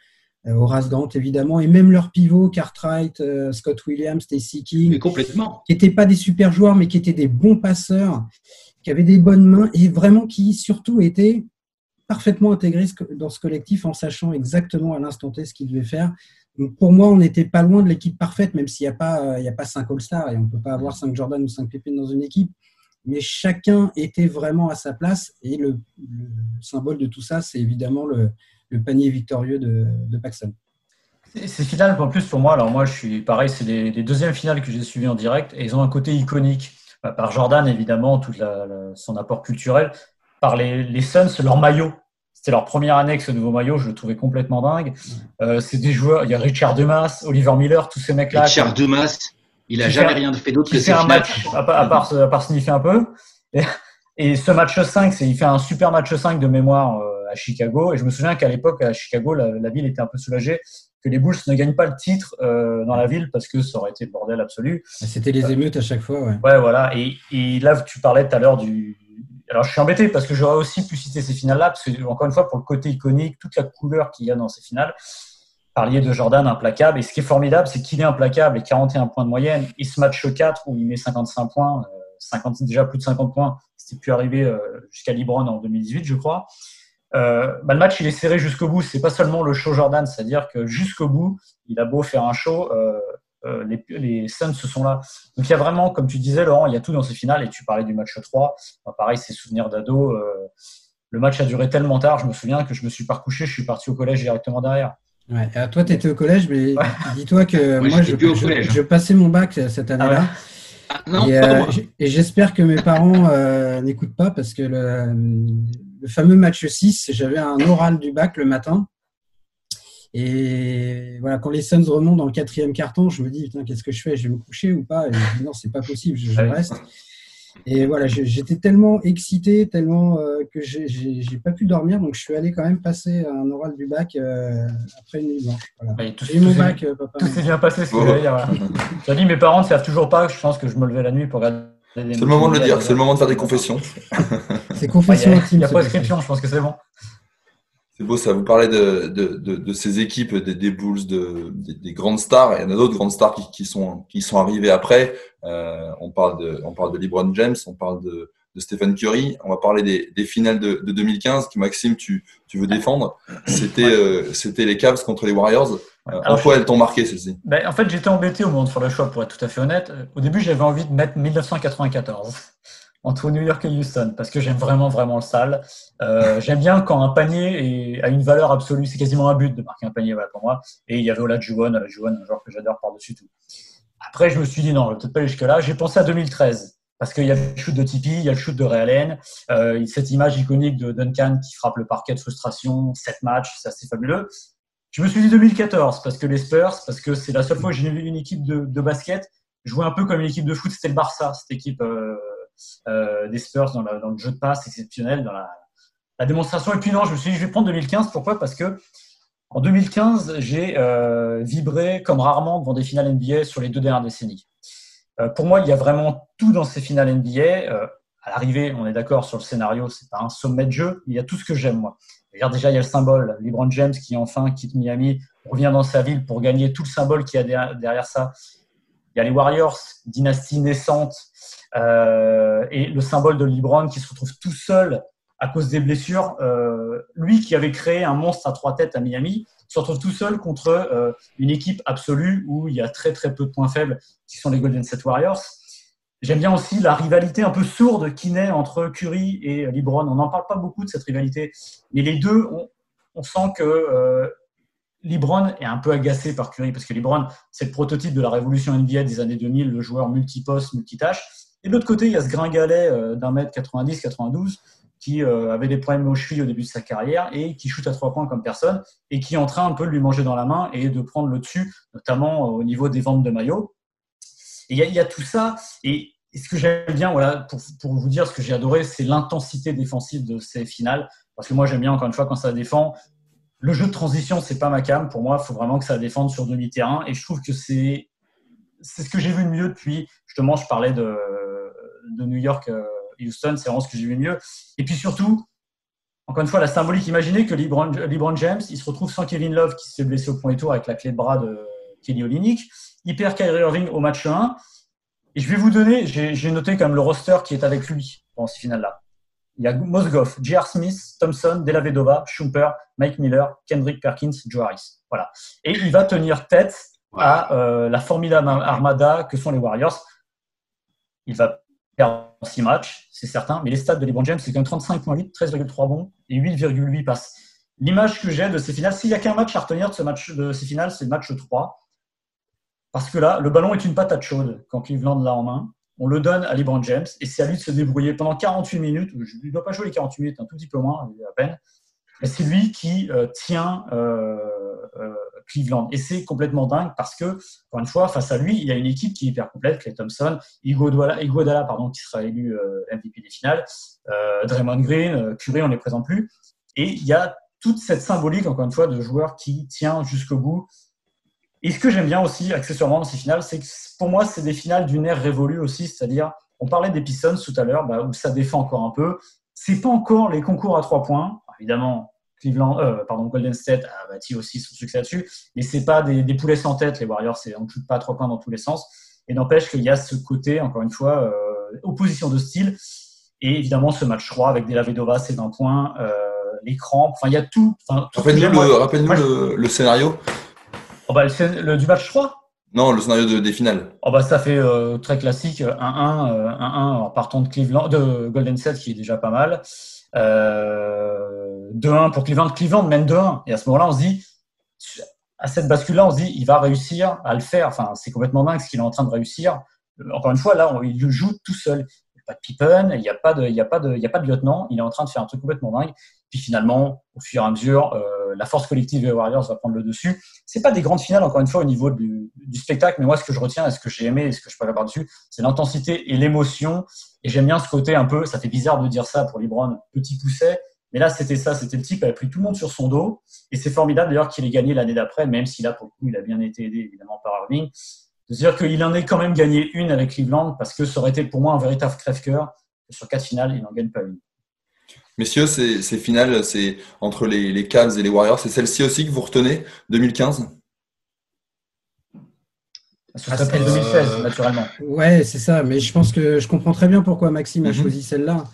euh, Horace Grant évidemment, et même leurs pivots, Cartwright, euh, Scott Williams, Stacey King, mais complètement. qui n'étaient pas des super joueurs, mais qui étaient des bons passeurs, qui avaient des bonnes mains, et vraiment qui surtout étaient parfaitement intégrés dans ce collectif en sachant exactement à l'instant T ce qu'ils devaient faire. Donc pour moi, on n'était pas loin de l'équipe parfaite, même s'il n'y a pas, il y a pas cinq All-Stars et on ne peut pas avoir cinq Jordan ou cinq Pippen dans une équipe. Mais chacun était vraiment à sa place. Et le, le symbole de tout ça, c'est évidemment le, le panier victorieux de, de Paxson. Ces finales, en plus, pour moi, alors moi, je suis pareil, c'est les, les deuxièmes finales que j'ai suivies en direct et ils ont un côté iconique. Bah, par Jordan, évidemment, tout son apport culturel. Par les, les Suns, leur maillot. C'était leur première année avec ce nouveau maillot, je le trouvais complètement dingue. Euh, c'est des joueurs, il y a Richard Dumas, Oliver Miller, tous ces mecs-là. Richard qui, Dumas, il n'a jamais fait, rien fait d'autre que ces finales. Il fait un match, à, à, part, à part sniffer un peu. Et, et ce match cinq, c'est, il fait un super match cinq de mémoire euh, à Chicago. Et je me souviens qu'à l'époque, à Chicago, la, la ville était un peu soulagée que les Bulls ne gagnent pas le titre euh, dans la ville parce que ça aurait été le bordel absolu. C'était les émeutes à chaque fois, ouais. Ouais, voilà. Et, et là, tu parlais tout à l'heure du. Alors, je suis embêté parce que j'aurais aussi pu citer ces finales-là, parce que, encore une fois, pour le côté iconique, toute la couleur qu'il y a dans ces finales, parliez de Jordan implacable. Et ce qui est formidable, c'est qu'il est implacable et quarante et un points de moyenne. Et ce match quatre où il met cinquante-cinq points, euh, cinquante, déjà plus de cinquante points, c'était plus arrivé euh, jusqu'à LeBron en deux mille dix-huit, je crois. Euh, bah, le match, il est serré jusqu'au bout. C'est pas seulement le show Jordan, c'est-à-dire que jusqu'au bout, il a beau faire un show. Euh, Euh, les, les Suns se sont là. Donc il y a vraiment, comme tu disais Laurent, il y a tout dans ces finales et tu parlais du match trois. Bah, pareil, ces souvenirs d'ado. Euh, le match a duré tellement tard, je me souviens que je me suis pas recouché, je suis parti au collège directement derrière. Ouais. Et toi, tu étais au collège, mais ouais. Dis-toi que moi, moi je, je, je passais mon bac cette année-là. Ah ouais. Ah, non, et, euh, et j'espère que mes parents euh, n'écoutent pas parce que le, le fameux match six, j'avais un oral du bac le matin. Et voilà, quand les Suns remontent dans le quatrième carton, je me dis, putain, qu'est-ce que je fais? Je vais me coucher ou pas? Et je me dis, non, c'est pas possible, je, je reste. Et voilà, je, j'étais tellement excité, tellement euh, que j'ai, j'ai, j'ai pas pu dormir. Donc, je suis allé quand même passer un oral du bac euh, après une nuit blanche. Voilà. Ouais, tout, j'ai eu mon bac, euh, papa. Tout s'est bien passé, ce que oh. j'allais dire. J'ai dit, mes parents ne savent toujours pas. Je pense que je me levais la nuit pour regarder. C'est le moment de le dire, c'est le moment de faire des confessions. C'est confession ouais, intime. Il n'y a pas d'inscription, je pense que c'est bon. C'est beau ça, vous parlez de, de, de, de ces équipes, des, des Bulls, de, des, des grandes stars. Il y en a d'autres grandes stars qui, qui, sont, qui sont arrivées après. Euh, on, parle de, on parle de LeBron James, on parle de, de Stephen Curry. On va parler des, des finales de, de deux mille quinze que Maxime, tu, tu veux défendre. C'était, euh, c'était les Cavs contre les Warriors. Euh, en quoi elles t'ont marqué celles-ci? Ben, en fait, j'étais embêté au moment de faire le choix, pour être tout à fait honnête. Au début, j'avais envie de mettre dix-neuf cent quatre-vingt-quatorze. Entre New York et Houston, parce que j'aime vraiment, vraiment le sale. Euh, j'aime bien quand un panier est, a une valeur absolue. C'est quasiment un but de marquer un panier, voilà, pour moi. Et il y avait Olajuwon, Olajuwon, un joueur que j'adore par-dessus tout. Après, je me suis dit, non, je vais peut-être pas aller jusque-là. J'ai pensé à deux mille treize, parce qu'il y a le shoot de Tipeee, il y a le shoot de Ray Allen, euh, cette image iconique de Duncan qui frappe le parquet de frustration, sept matchs, c'est assez fabuleux. Je me suis dit deux mille quatorze, parce que les Spurs, parce que c'est la seule fois que j'ai vu une équipe de, de basket jouer un peu comme une équipe de foot. C'était le Barça, cette équipe euh, Euh, des Spurs dans, la, dans le jeu de passe exceptionnel, dans la, la démonstration. Et puis non, je me suis dit, je vais prendre deux mille quinze. Pourquoi? Parce que en deux mille quinze, j'ai euh, vibré comme rarement devant des finales N B A sur les deux dernières décennies. Euh, pour moi, il y a vraiment tout dans ces finales N B A. Euh, à l'arrivée, on est d'accord sur le scénario, c'est pas un sommet de jeu, mais il y a tout ce que j'aime, moi. Regarde, déjà, il y a le symbole, LeBron James qui enfin quitte Miami, revient dans sa ville pour gagner tout le symbole qu'il y a derrière, derrière ça. Il y a les Warriors, dynastie naissante, euh, et le symbole de LeBron qui se retrouve tout seul à cause des blessures. Euh, lui qui avait créé un monstre à trois têtes à Miami, se retrouve tout seul contre euh, une équipe absolue où il y a très très peu de points faibles qui sont les Golden State Warriors. J'aime bien aussi la rivalité un peu sourde qui naît entre Curry et LeBron. On n'en parle pas beaucoup de cette rivalité, mais les deux, on, on sent que euh, LeBron est un peu agacé par Curry parce que LeBron, c'est le prototype de la révolution N B A des années deux mille, le joueur multiposte, multitâche. Et de l'autre côté, il y a ce gringalet euh, d'un mètre quatre-vingt-dix quatre-vingt-douze qui euh, avait des problèmes aux chevilles au début de sa carrière et qui shoot à trois points comme personne et qui est en train un peu de lui manger dans la main et de prendre le dessus, notamment au niveau des ventes de maillots. Et il y a, il y a tout ça. Et, et ce que j'aime bien, voilà, pour, pour vous dire, ce que j'ai adoré, c'est l'intensité défensive de ces finales. Parce que moi, j'aime bien, encore une fois, quand ça défend. Le jeu de transition, c'est pas ma came. Pour moi, il faut vraiment que ça défende sur demi-terrain. Et je trouve que c'est, c'est ce que j'ai vu de mieux depuis. Justement, je parlais de, de New York, euh, Houston. C'est vraiment ce que j'ai vu de mieux. Et puis surtout, encore une fois, la symbolique, imaginez que LeBron, LeBron James, il se retrouve sans Kevin Love qui se fait blesser au premier tour avec la clé de bras de Kelly Olynyk. Il perd Kyrie Irving au match un. Et je vais vous donner, j'ai, j'ai noté quand même le roster qui est avec lui dans ces finales-là. Il y a Mozgov, J R. Smith, Thompson, Della Vedova, Shumpert, Mike Miller, Kendrick Perkins, Joe Harris. Voilà. Et il va tenir tête à euh, la formidable armada que sont les Warriors. Il va perdre six matchs, c'est certain, mais les stats de LeBron James, c'est quand même trente-cinq virgule huit, treize virgule trois bons et huit virgule huit passes. L'image que j'ai de ces finales, s'il n'y a qu'un match à retenir de, ce match, de ces finales, c'est le match trois. Parce que là, le ballon est une patate chaude quand Cleveland l'a en main. On le donne à LeBron James et c'est à lui de se débrouiller pendant quarante-huit minutes. Il ne doit pas jouer les quarante-huit minutes, un tout petit peu moins, à peine. Mais c'est lui qui euh, tient euh, euh, Cleveland. Et c'est complètement dingue parce que, encore une fois, face à lui, il y a une équipe qui est hyper complète. Klay Thompson, Iguodala, Iguodala pardon, qui sera élu euh, M V P des finales, euh, Draymond Green, euh, Curry, on ne les présente plus. Et il y a toute cette symbolique, encore une fois, de joueurs qui tient jusqu'au bout. Et ce que j'aime bien aussi, accessoirement, dans ces finales, c'est que pour moi, c'est des finales d'une ère révolue aussi. C'est-à-dire, on parlait des Pistons tout à l'heure, bah, où ça défend encore un peu. C'est pas encore les concours à trois points. Évidemment, Cleveland, euh, pardon, Golden State a bâti aussi son succès là-dessus. Mais c'est pas des, des poulets sans tête. Les Warriors, c'est, on ne shoot pas à trois points dans tous les sens. Et n'empêche qu'il y a ce côté, encore une fois, euh, opposition de style. Et évidemment, ce match trois avec Della Vedova, c'est vingt points. Euh, les crampes, enfin, il y a tout. tout rappelle-nous le, rappelle-nous moi, le, le scénario. Oh bah, le, le, du match trois Non, le scénario de, des finales. Oh bah, ça fait euh, très classique, un un, euh, un un en partant de Cleveland, de Golden State, qui est déjà pas mal. Euh, deux un pour Cleveland. Cleveland mène deux un. Et à ce moment-là, on se dit, à cette bascule-là, on se dit, il va réussir à le faire. Enfin, c'est complètement dingue ce qu'il est en train de réussir. Encore une fois, là, on, il le joue tout seul. Il n'y a pas de Pippen, il n'y a pas de, il n'y a pas de, il n'y a pas de lieutenant. Il est en train de faire un truc complètement dingue. Puis finalement, au fur et à mesure, euh, la force collective des Warriors va prendre le dessus. C'est pas des grandes finales, encore une fois, au niveau du, du spectacle, mais moi, ce que je retiens et ce que j'ai aimé et ce que je peux avoir dessus, c'est l'intensité et l'émotion. Et j'aime bien ce côté un peu, ça fait bizarre de dire ça pour LeBron, petit pousset, mais là, c'était ça, c'était le type qui avait pris tout le monde sur son dos. Et c'est formidable d'ailleurs qu'il ait gagné l'année d'après, même si là, pour le coup, il a bien été aidé évidemment par Irving. De se dire qu'il en ait quand même gagné une avec Cleveland, parce que ça aurait été pour moi un véritable crève-cœur. Sur quatre finales, il n'en gagne pas une. Messieurs, ces, ces finales, c'est entre les, les Cavs et les Warriors. C'est celle-ci aussi que vous retenez, deux mille quinze? Ce serait peut-être deux mille seize, euh... naturellement. Ouais, c'est ça. Mais je pense que je comprends très bien pourquoi Maxime a mm-hmm. choisi celle-là.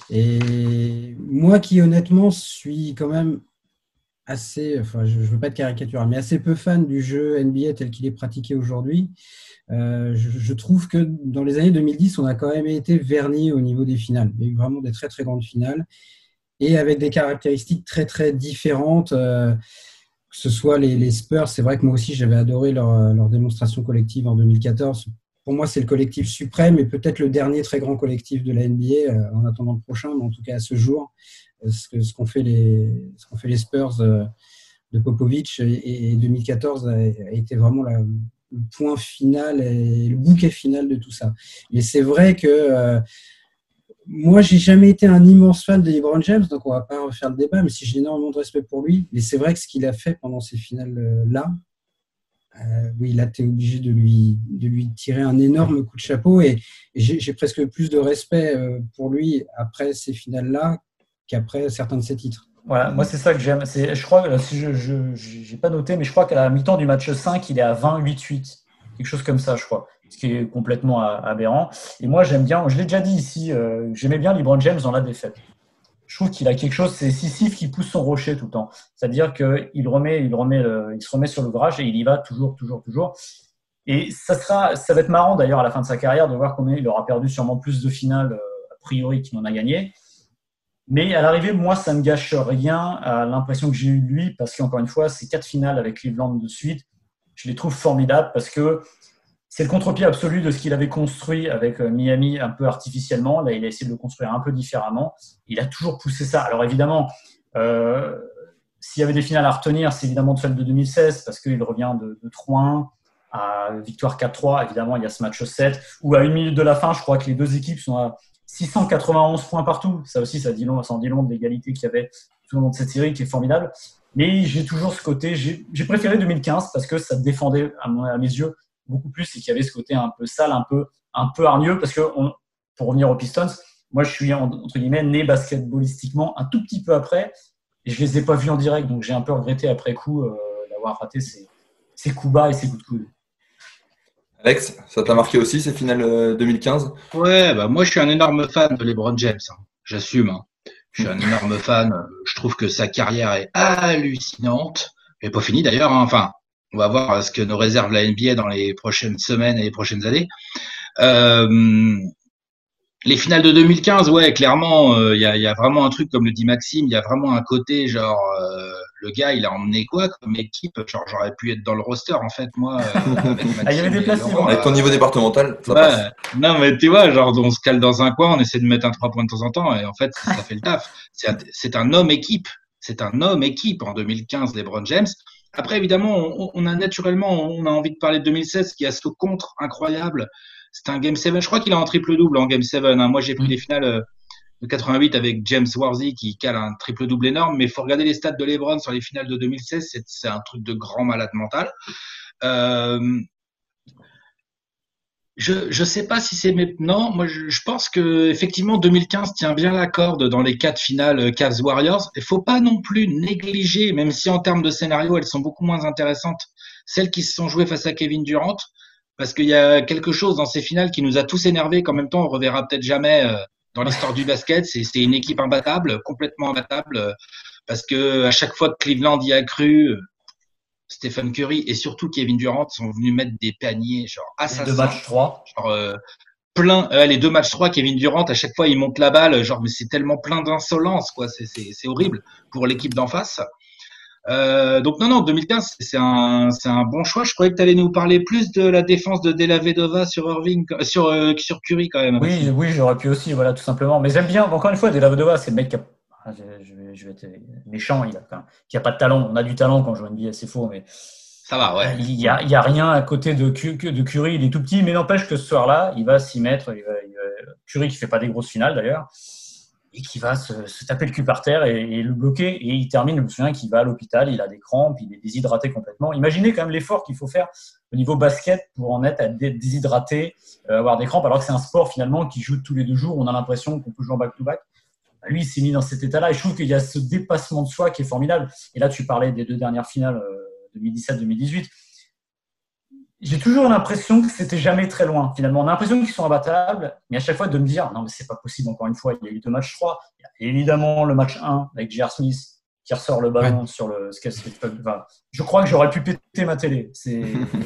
Et moi qui, honnêtement, suis quand même assez, enfin, je ne veux pas être caricatural, mais assez peu fan du jeu N B A tel qu'il est pratiqué aujourd'hui. Euh, je, je trouve que dans les années deux mille dix, on a quand même été vernis au niveau des finales. Il y a eu vraiment des très très grandes finales et avec des caractéristiques très très différentes. Euh, que ce soit les, les Spurs, c'est vrai que moi aussi j'avais adoré leur, leur démonstration collective en deux mille quatorze. Pour moi, c'est le collectif suprême et peut-être le dernier très grand collectif de la N B A euh, en attendant le prochain, mais en tout cas à ce jour, euh, ce, que, ce, qu'ont fait les, ce qu'ont fait les Spurs euh, de Popovich et, et deux mille quatorze a, a été vraiment la le point final et le bouquet final de tout ça. Mais c'est vrai que euh, moi, j'ai jamais été un immense fan de LeBron James, donc on va pas refaire le débat, mais si j'ai énormément de respect pour lui. Mais c'est vrai que ce qu'il a fait pendant ces finales-là, euh, oui, là, tu es obligé de lui, de lui tirer un énorme coup de chapeau et, et j'ai, j'ai presque plus de respect euh, pour lui après ces finales-là qu'après certains de ses titres. Voilà, moi c'est ça que j'aime. C'est, je crois que si je, je j'ai pas noté, mais je crois qu'à la mi-temps du match cinq, il est à vingt huit huit, quelque chose comme ça, je crois, ce qui est complètement aberrant. Et moi j'aime bien, je l'ai déjà dit ici, euh, j'aimais bien LeBron James dans la défaite. Je trouve qu'il a quelque chose, c'est Sisyphe qui pousse son rocher tout le temps. C'est-à-dire qu'il remet, il remet, il se remet sur l'ouvrage et il y va toujours, toujours, toujours. Et ça sera, ça va être marrant d'ailleurs à la fin de sa carrière de voir combien il aura perdu sûrement plus de finales euh, a priori qu'il en a gagné. Mais à l'arrivée, moi, ça ne me gâche rien à l'impression que j'ai eue de lui parce qu'encore une fois, ces quatre finales avec Cleveland de suite, je les trouve formidables parce que c'est le contre-pied absolu de ce qu'il avait construit avec Miami un peu artificiellement. Là, il a essayé de le construire un peu différemment. Il a toujours poussé ça. Alors évidemment, euh, s'il y avait des finales à retenir, c'est évidemment celle de deux mille seize parce qu'il revient de, de trois un à victoire quatre trois. Évidemment, il y a ce match sept où à une minute de la fin, je crois que les deux équipes sont à six cent quatre-vingt-onze points partout. Ça aussi, ça dit long, ça en dit long de l'égalité qu'il y avait tout au long de cette série qui est formidable. Mais j'ai toujours ce côté, j'ai, j'ai préféré deux mille quinze parce que ça défendait à, mon, à mes yeux beaucoup plus et qu'il y avait ce côté un peu sale, un peu, un peu hargneux parce que, on, pour revenir aux Pistons, moi, je suis, entre guillemets, né basketballistiquement un tout petit peu après. Et je ne les ai pas vus en direct, donc j'ai un peu regretté après coup euh, d'avoir raté ces, ces coups bas et ces coups de coude. Alex, ça t'a marqué aussi ces finales euh, deux mille quinze? Ouais, bah moi je suis un énorme fan de LeBron James. Hein. J'assume. Hein. Je suis un énorme fan. Je trouve que sa carrière est hallucinante. Elle n'est pas finie d'ailleurs. Hein. Enfin, on va voir ce que nous réserve la N B A dans les prochaines semaines et les prochaines années. Euh, les finales de deux mille quinze, ouais, clairement, il euh, y, a, y a vraiment un truc, comme le dit Maxime, il y a vraiment un côté genre, euh, le gars, il a emmené quoi comme équipe? Genre, j'aurais pu être dans le roster, en fait, moi. Euh, avec ah, il y avait des placements. Avec ton niveau départemental, ça ouais, passe. Non, mais tu vois, genre, on se cale dans un coin, on essaie de mettre un trois points de temps en temps, et en fait, ça fait le taf. C'est un, c'est un homme équipe. C'est un homme équipe en deux mille quinze, LeBron James. Après, évidemment, on, on a naturellement, on a envie de parler de deux mille seize, qui a ce contre incroyable. C'est un Game sept. Je crois qu'il a un triple-double en Game sept. Hein. Moi, j'ai pris les finales de quatre-vingt-huit avec James Worthy qui cale un triple-double énorme. Mais il faut regarder les stats de LeBron sur les finales de deux mille seize. C'est, c'est un truc de grand malade mental. Euh, je je sais pas si c'est maintenant. Moi, je, je pense que effectivement deux mille quinze tient bien la corde dans les quatre finales Cavs Warriors. Il faut pas non plus négliger, même si en termes de scénario, elles sont beaucoup moins intéressantes, celles qui se sont jouées face à Kevin Durant. Parce qu'il y a quelque chose dans ces finales qui nous a tous énervés, qu'en même temps on reverra peut-être jamais euh, dans l'histoire du basket. C'est, c'est une équipe imbattable, complètement imbattable, euh, parce que à chaque fois que Cleveland y a cru, euh, Stephen Curry et surtout Kevin Durant sont venus mettre des paniers genre assassins. Les deux matchs trois. Genre euh, plein, euh, les deux matchs trois, Kevin Durant, à chaque fois il monte la balle, genre mais c'est tellement plein d'insolence, quoi. C'est, c'est, c'est horrible pour l'équipe d'en face. Euh, donc non, non, deux mille quinze, c'est un, c'est un bon choix. Je croyais que tu allais nous parler plus de la défense de Della Vedova sur Irving, sur, euh, sur Curry quand même. Oui, oui, j'aurais pu aussi, voilà, tout simplement. Mais j'aime bien, encore une fois, Della Vedova, c'est le mec qui a, je vais, je vais être méchant, il a, enfin, qui a pas de talent. On a du talent quand on joue à N B A, c'est faux, mais ça va, ouais. Il y a, il y a rien à côté de, de Curry, il est tout petit, mais n'empêche que ce soir-là, il va s'y mettre. Il va, il va, Curry qui fait pas des grosses finales d'ailleurs. Et qui va se, se taper le cul par terre et, et le bloquer. Et il termine, je me souviens qu'il va à l'hôpital, il a des crampes, il est déshydraté complètement. Imaginez quand même l'effort qu'il faut faire au niveau basket pour en être à déshydrater, euh, avoir des crampes, alors que c'est un sport finalement qui joue tous les deux jours. On a l'impression qu'on peut jouer en back-to-back. Bah, lui, il s'est mis dans cet état-là. Et je trouve qu'il y a ce dépassement de soi qui est formidable. Et là, tu parlais des deux dernières finales, euh, deux mille dix-sept deux mille dix-huit. J'ai toujours l'impression que c'était jamais très loin. Finalement, on a l'impression qu'ils sont imbattables, mais à chaque fois de me dire non, mais c'est pas possible. Encore une fois, il y a eu deux matchs trois. Il y a évidemment le match un avec J R. Smith qui ressort le ballon ouais. sur le. Enfin, je crois que j'aurais pu péter ma télé. C'est.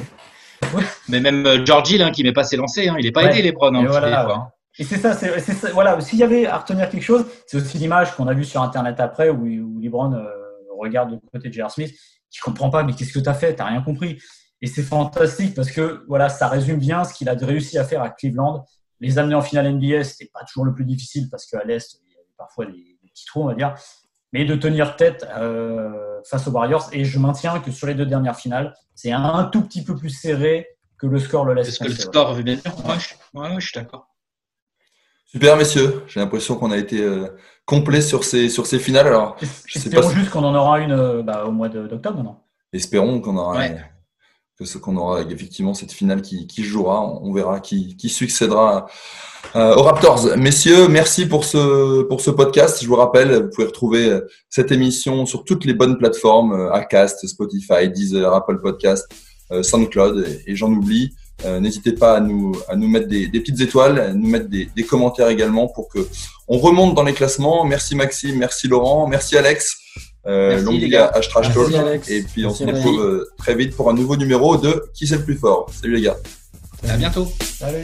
Mais même euh, George Hill hein, qui met pas ses lancers, hein, il n'est pas ouais. aidé les Browns. Hein, voilà, ouais. Et c'est ça, c'est, c'est ça. Voilà. S'il y avait à retenir quelque chose, c'est aussi l'image qu'on a vue sur Internet après où, où LeBron euh, regarde de côté de J R. Smith, qui comprend pas, mais qu'est-ce que tu as fait? Tu n'as rien compris. Et c'est fantastique parce que voilà, ça résume bien ce qu'il a réussi à faire à Cleveland. Les amener en finale N B A, c'était pas toujours le plus difficile parce qu'à l'Est, il y avait parfois des, des petits trous, on va dire. Mais de tenir tête euh, face aux Warriors. Et je maintiens que sur les deux dernières finales, c'est un tout petit peu plus serré que le score le laisse. Est-ce que le score veut bien dire? Ouais, je, ouais, je suis d'accord. Super, messieurs. J'ai l'impression qu'on a été euh, complet sur ces, sur ces finales. Alors, je Espérons sais pas juste si... qu'on en aura une euh, bah, au mois de, d'octobre, non? Espérons qu'on aura. Ouais. Une... que ce qu'on aura effectivement cette finale qui, qui jouera, on verra qui, qui succédera euh, aux Raptors. Messieurs, merci pour ce, pour ce podcast. Je vous rappelle, vous pouvez retrouver cette émission sur toutes les bonnes plateformes, Acast, Spotify, Deezer, Apple Podcast, euh, SoundCloud et, et j'en oublie. Euh, n'hésitez pas à nous, à nous mettre des, des petites étoiles, à nous mettre des, des commentaires également pour que on remonte dans les classements. Merci Maxime, merci Laurent, merci Alex. Euh, longue vie à Trash Talk et puis Merci, on se retrouve euh, très vite pour un nouveau numéro de Qui c'est le plus fort. Salut les gars. À bientôt. Salut.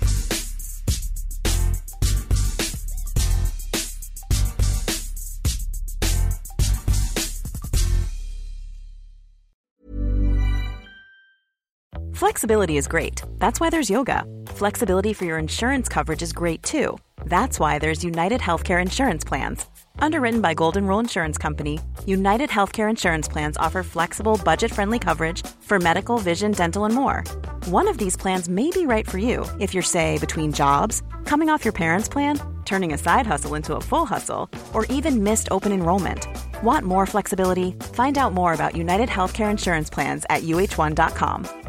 Flexibility is great. That's why there's yoga. Flexibility for your insurance coverage is great too. That's why there's United Healthcare Insurance Plans. Underwritten by Golden Rule Insurance Company, United Healthcare Insurance Plans offer flexible, budget-friendly coverage for medical, vision, dental, and more. One of these plans may be right for you if you're, say, between jobs, coming off your parents' plan, turning a side hustle into a full hustle, or even missed open enrollment. Want more flexibility? Find out more about United Healthcare Insurance Plans at U H one dot com.